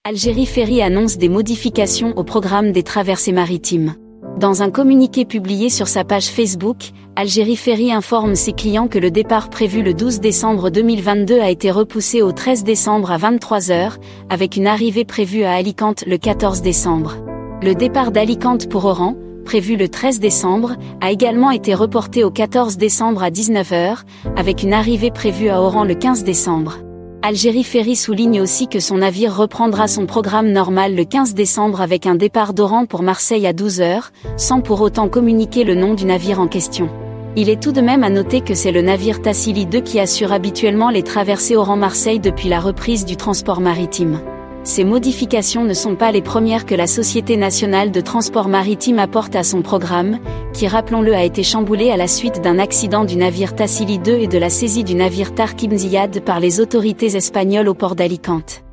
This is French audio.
Algérie Ferry annonce des modifications au programme des traversées maritimes. Dans un communiqué publié sur sa page Facebook, Algérie Ferry informe ses clients que le départ prévu le 12 décembre 2022 a été repoussé au 13 décembre à 23 h, avec une arrivée prévue à Alicante le 14 décembre. Le départ d'Alicante pour Oran, prévu le 13 décembre, a également été reporté au 14 décembre à 19 h, avec une arrivée prévue à Oran le 15 décembre. Algérie Ferry souligne aussi que son navire reprendra son programme normal le 15 décembre avec un départ d'Oran pour Marseille à 12 h, sans pour autant communiquer le nom du navire en question. Il est tout de même à noter que c'est le navire Tassili 2 qui assure habituellement les traversées Oran-Marseille depuis la reprise du transport maritime. Ces modifications ne sont pas les premières que la Société nationale de transport maritime apporte à son programme, qui rappelons-le a été chamboulé à la suite d'un accident du navire Tassili 2 et de la saisie du navire Tarkim Ziyad par les autorités espagnoles au port d'Alicante.